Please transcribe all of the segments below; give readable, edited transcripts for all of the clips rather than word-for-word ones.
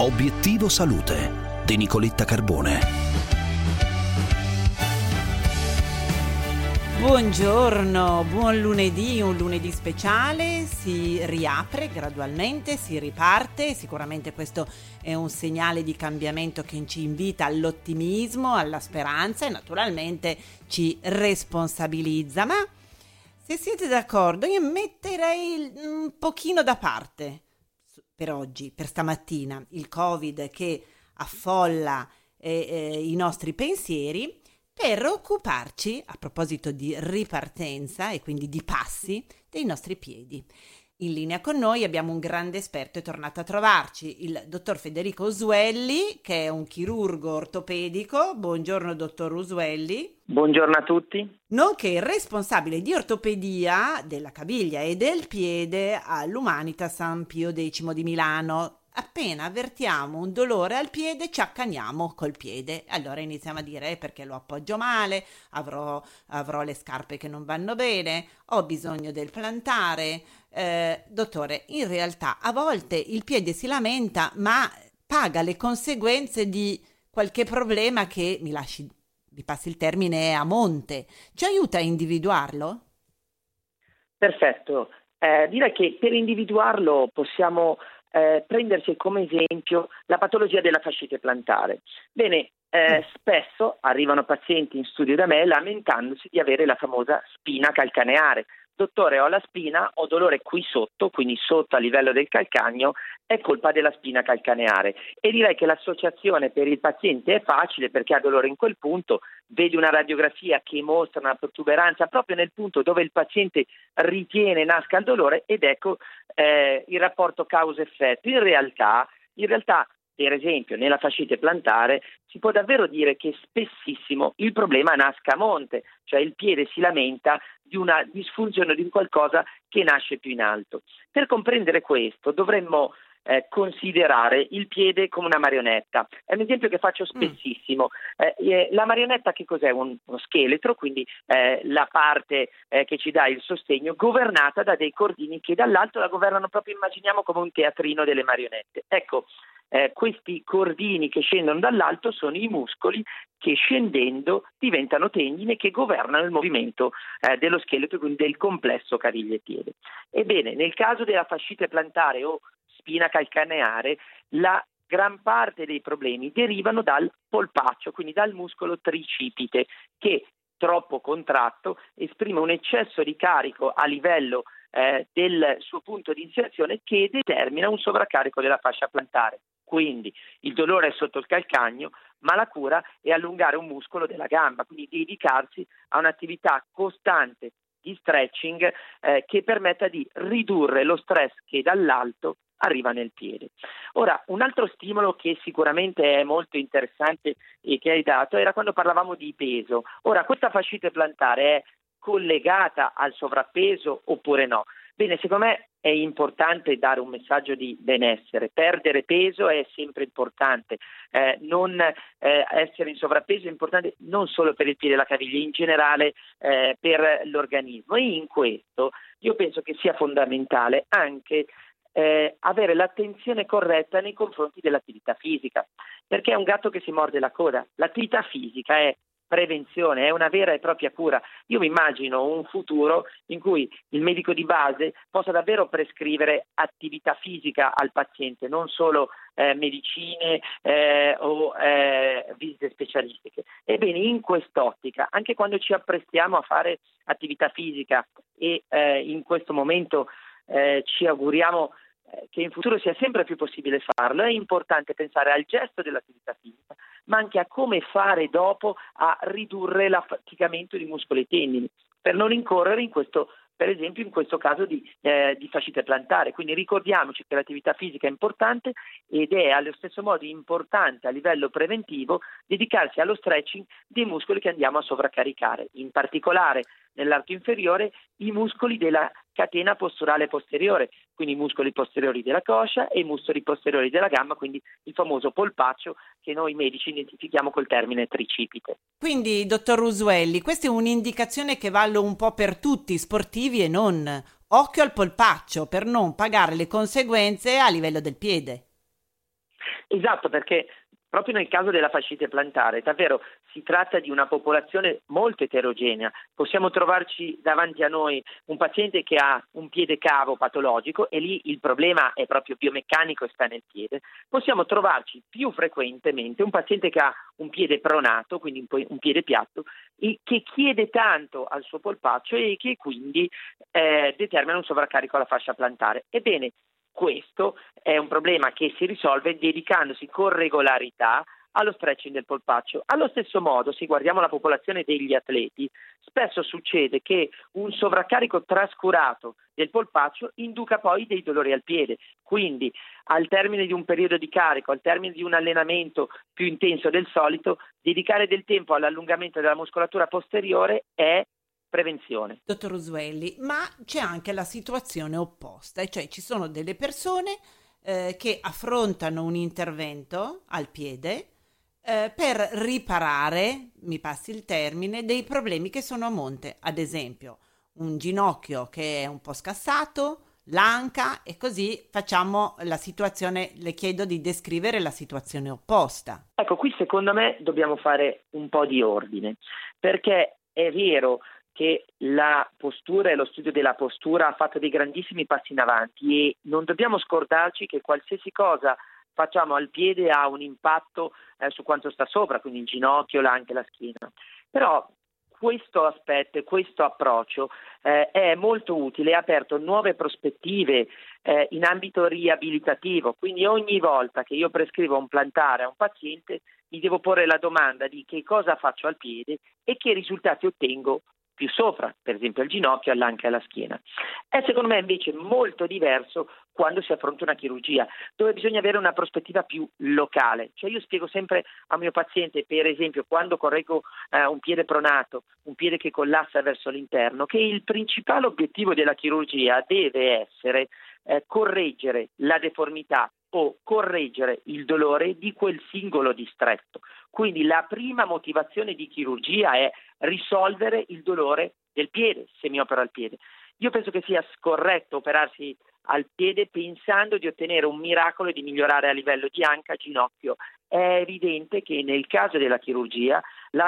Obiettivo Salute di Nicoletta Carbone. Buongiorno, buon lunedì, un lunedì speciale, si riapre gradualmente, si riparte, sicuramente questo è un segnale di cambiamento che ci invita all'ottimismo, alla speranza e naturalmente ci responsabilizza, ma se siete d'accordo io metterei un pochino da parte per oggi, per stamattina, il Covid che affolla i nostri pensieri, per occuparci, a proposito di ripartenza e quindi di passi, dei nostri piedi. In linea con noi abbiamo un grande esperto, è tornato a trovarci, il dottor Federico Usuelli, che è un chirurgo ortopedico. Buongiorno dottor Usuelli. Buongiorno a tutti. Nonché responsabile di ortopedia della caviglia e del piede all'Umanitas San Pio X di Milano. Appena avvertiamo un dolore al piede ci accaniamo col piede, allora iniziamo a dire perché lo appoggio male, avrò le scarpe che non vanno bene, ho bisogno del plantare. Dottore, in realtà a volte il piede si lamenta ma paga le conseguenze di qualche problema che, mi passi il termine, è a monte. Ci aiuta a individuarlo? Perfetto, direi che per individuarlo possiamo prendersi come esempio la patologia della fascite plantare. Bene, spesso arrivano pazienti in studio da me lamentandosi di avere la famosa spina calcaneare. Dottore, ho la spina, ho dolore qui sotto, quindi sotto a livello del calcagno, è colpa della spina calcaneare. E direi che l'associazione per il paziente è facile perché ha dolore in quel punto, vede una radiografia che mostra una protuberanza proprio nel punto dove il paziente ritiene nasca il dolore ed ecco il rapporto causa-effetto. In realtà, per esempio, nella fascite plantare si può davvero dire che spessissimo il problema nasca a monte, cioè il piede si lamenta di una disfunzione di qualcosa che nasce più in alto. Per comprendere questo dovremmo considerare il piede come una marionetta. È un esempio che faccio spessissimo. La marionetta che cos'è? Uno scheletro, quindi la parte che ci dà il sostegno, governata da dei cordini che dall'alto la governano proprio, immaginiamo come un teatrino delle marionette. Ecco, questi cordini che scendono dall'alto sono i muscoli che scendendo diventano tendine che governano il movimento dello scheletro, quindi del complesso caviglie-piede. Ebbene, nel caso della fascite plantare o spina calcaneare, la gran parte dei problemi derivano dal polpaccio, quindi dal muscolo tricipite, che troppo contratto esprime un eccesso di carico a livello del suo punto di inserzione che determina un sovraccarico della fascia plantare. Quindi il dolore è sotto il calcagno, ma la cura è allungare un muscolo della gamba, quindi dedicarsi a un'attività costante di stretching che permetta di ridurre lo stress che dall'alto arriva nel piede. Ora, un altro stimolo che sicuramente è molto interessante e che hai dato era quando parlavamo di peso. Ora, questa fascite plantare è collegata al sovrappeso oppure no? Bene, secondo me è importante dare un messaggio di benessere. Perdere peso è sempre importante, non essere in sovrappeso è importante non solo per il piede e la caviglia, in generale per l'organismo. E in questo io penso che sia fondamentale anche avere l'attenzione corretta nei confronti dell'attività fisica, perché è un gatto che si morde la coda. L'attività fisica è prevenzione, è una vera e propria cura. Io mi immagino un futuro in cui il medico di base possa davvero prescrivere attività fisica al paziente, non solo medicine o visite specialistiche. Ebbene, in quest'ottica, anche quando ci apprestiamo a fare attività fisica e in questo momento ci auguriamo che in futuro sia sempre più possibile farlo, è importante pensare al gesto dell'attività fisica, ma anche a come fare dopo a ridurre l'affaticamento di muscoli e tendini, per non incorrere in questo, per esempio in questo caso di fascite plantare. Quindi ricordiamoci che l'attività fisica è importante ed è allo stesso modo importante a livello preventivo dedicarsi allo stretching dei muscoli che andiamo a sovraccaricare, in particolare nell'arto inferiore i muscoli della catena posturale posteriore, quindi i muscoli posteriori della coscia e i muscoli posteriori della gamba, quindi il famoso polpaccio che noi medici identifichiamo col termine tricipite. Quindi, dottor Usuelli, questa è un'indicazione che vale un po' per tutti, sportivi e non. Occhio al polpaccio per non pagare le conseguenze a livello del piede. Esatto, perché proprio nel caso della fascite plantare, davvero si tratta di una popolazione molto eterogenea. Possiamo trovarci davanti a noi un paziente che ha un piede cavo patologico e lì il problema è proprio biomeccanico e sta nel piede. Possiamo trovarci più frequentemente un paziente che ha un piede pronato, quindi un piede piatto, e che chiede tanto al suo polpaccio e che quindi determina un sovraccarico alla fascia plantare. Ebbene, questo è un problema che si risolve dedicandosi con regolarità allo stretching del polpaccio. Allo stesso modo, se guardiamo la popolazione degli atleti, spesso succede che un sovraccarico trascurato del polpaccio induca poi dei dolori al piede. Quindi, al termine di un periodo di carico, al termine di un allenamento più intenso del solito, dedicare del tempo all'allungamento della muscolatura posteriore è prevenzione. Dottor Usuelli, ma c'è anche la situazione opposta, cioè ci sono delle persone che affrontano un intervento al piede per riparare, mi passi il termine, dei problemi che sono a monte, ad esempio un ginocchio che è un po' scassato, l'anca, e così facciamo la situazione, le chiedo di descrivere la situazione opposta. Ecco, qui secondo me dobbiamo fare un po' di ordine, perché è vero che la postura e lo studio della postura ha fatto dei grandissimi passi in avanti e non dobbiamo scordarci che qualsiasi cosa facciamo al piede ha un impatto su quanto sta sopra, quindi il ginocchio, l'anca e la schiena. Però questo aspetto e questo approccio è molto utile, ha aperto nuove prospettive in ambito riabilitativo, quindi ogni volta che io prescrivo un plantare a un paziente mi devo porre la domanda di che cosa faccio al piede e che risultati ottengo più sopra, per esempio al ginocchio, all'anca e alla schiena. È secondo me invece molto diverso quando si affronta una chirurgia, dove bisogna avere una prospettiva più locale. Cioè io spiego sempre al mio paziente, per esempio, quando correggo un piede pronato, un piede che collassa verso l'interno, che il principale obiettivo della chirurgia deve essere correggere la deformità o correggere il dolore di quel singolo distretto. Quindi la prima motivazione di chirurgia è risolvere il dolore del piede, se mi opero al piede. Io penso che sia scorretto operarsi al piede pensando di ottenere un miracolo e di migliorare a livello di anca, ginocchio. È evidente che nel caso della chirurgia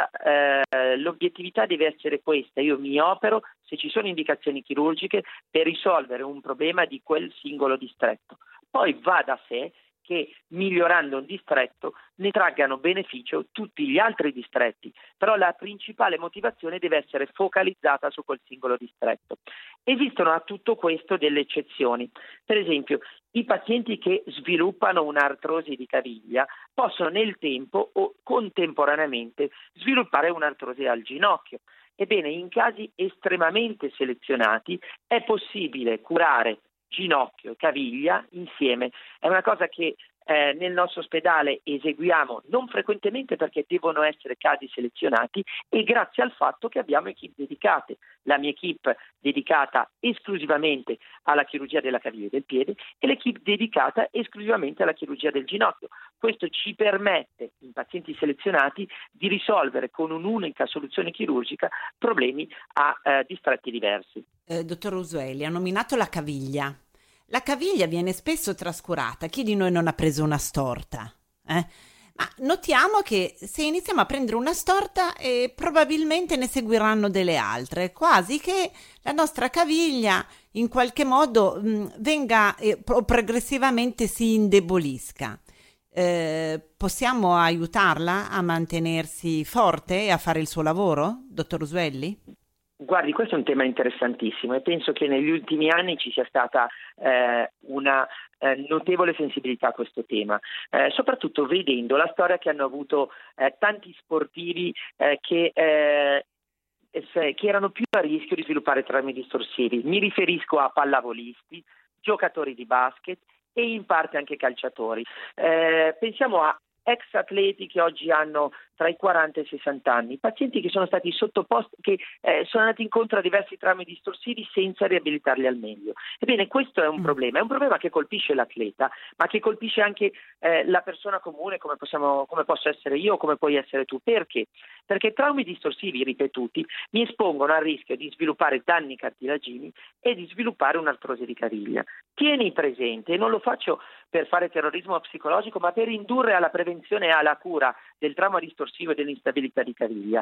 l'obiettività deve essere questa: io mi opero se ci sono indicazioni chirurgiche per risolvere un problema di quel singolo distretto. Poi va da sé che migliorando un distretto ne traggano beneficio tutti gli altri distretti, però la principale motivazione deve essere focalizzata su quel singolo distretto. Esistono a tutto questo delle eccezioni. Per esempio, i pazienti che sviluppano un'artrosi di caviglia possono nel tempo o contemporaneamente sviluppare un'artrosi al ginocchio. Ebbene, in casi estremamente selezionati è possibile curare ginocchio e caviglia insieme. È una cosa che nel nostro ospedale eseguiamo non frequentemente perché devono essere casi selezionati e grazie al fatto che abbiamo equip dedicate. La mia equip dedicata esclusivamente alla chirurgia della caviglia e del piede e l'equip dedicata esclusivamente alla chirurgia del ginocchio. Questo ci permette, in pazienti selezionati, di risolvere con un'unica soluzione chirurgica problemi a distretti diversi. Dottor Usuelli, ha nominato la caviglia. La caviglia viene spesso trascurata. Chi di noi non ha preso una storta? Ma notiamo che se iniziamo a prendere una storta probabilmente ne seguiranno delle altre, quasi che la nostra caviglia in qualche modo venga progressivamente si indebolisca. Possiamo aiutarla a mantenersi forte e a fare il suo lavoro, dottor Usuelli? Guardi, questo è un tema interessantissimo e penso che negli ultimi anni ci sia stata una notevole sensibilità a questo tema, soprattutto vedendo la storia che hanno avuto tanti sportivi che erano più a rischio di sviluppare traumi distorsivi. Mi riferisco a pallavolisti, giocatori di basket e in parte anche calciatori. Pensiamo a ex atleti che oggi hanno tra i 40 e i 60 anni, pazienti che sono stati sottoposti, che sono andati incontro a diversi traumi distorsivi senza riabilitarli al meglio. Ebbene, questo è un problema che colpisce l'atleta, ma che colpisce anche la persona comune, come posso essere io, come puoi essere tu. Perché? Perché traumi distorsivi ripetuti mi espongono al rischio di sviluppare danni cartilagini e di sviluppare un'artrosi di caviglia. Tieni presente, e non lo faccio per fare terrorismo psicologico, ma per indurre alla prevenzione e alla cura del trauma distorsivo e dell'instabilità di caviglia.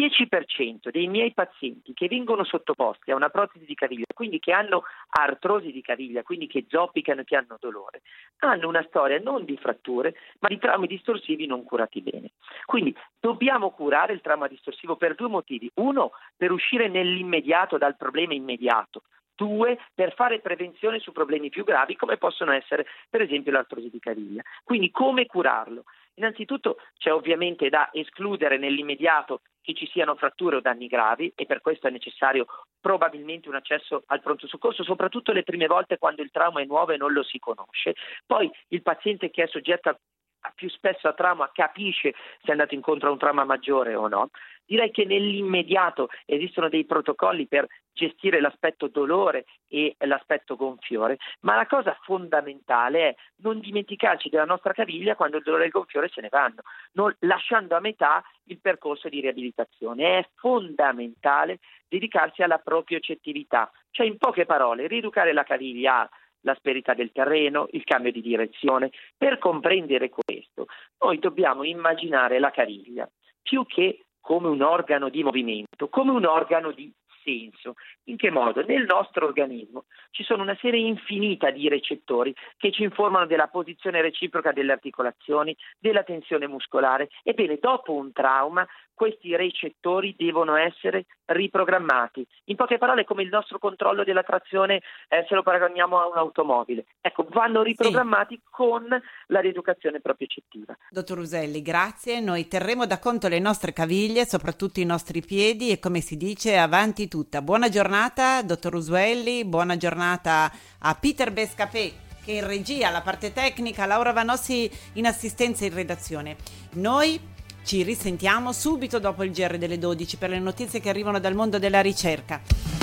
10% dei miei pazienti che vengono sottoposti a una protesi di caviglia, quindi che hanno artrosi di caviglia, quindi che zoppicano e che hanno dolore, hanno una storia non di fratture, ma di traumi distorsivi non curati bene. Quindi dobbiamo curare il trauma distorsivo per due motivi. Uno, per uscire nell'immediato dal problema immediato. Due, per fare prevenzione su problemi più gravi come possono essere per esempio l'artrosi di caviglia. Quindi come curarlo? Innanzitutto c'è ovviamente da escludere nell'immediato che ci siano fratture o danni gravi e per questo è necessario probabilmente un accesso al pronto soccorso, soprattutto le prime volte quando il trauma è nuovo e non lo si conosce. Poi il paziente che è soggetto a più spesso a trauma capisce se è andato incontro a un trauma maggiore o no. Direi che nell'immediato esistono dei protocolli per gestire l'aspetto dolore e l'aspetto gonfiore, ma la cosa fondamentale è non dimenticarci della nostra caviglia quando il dolore e il gonfiore se ne vanno, lasciando a metà il percorso di riabilitazione. È fondamentale dedicarsi alla propriocettività, cioè in poche parole rieducare la caviglia l'asperità del terreno, il cambio di direzione. Per comprendere questo, noi dobbiamo immaginare la caviglia più che come un organo di movimento, come un organo di senso. In che modo? Nel nostro organismo ci sono una serie infinita di recettori che ci informano della posizione reciproca delle articolazioni, della tensione muscolare. Ebbene, dopo un trauma questi recettori devono essere riprogrammati. In poche parole, come il nostro controllo della trazione, se lo paragoniamo a un'automobile. Ecco, vanno riprogrammati con la rieducazione propriocettiva. Dottor Uselli, grazie. Noi terremo da conto le nostre caviglie, soprattutto i nostri piedi e, come si dice, avanti tutta. Buona giornata, dottor Uselli, buona giornata a Peter Bescapè, che in regia, la parte tecnica, Laura Vanossi in assistenza e in redazione. Noi ci risentiamo subito dopo il GR delle 12 per le notizie che arrivano dal mondo della ricerca.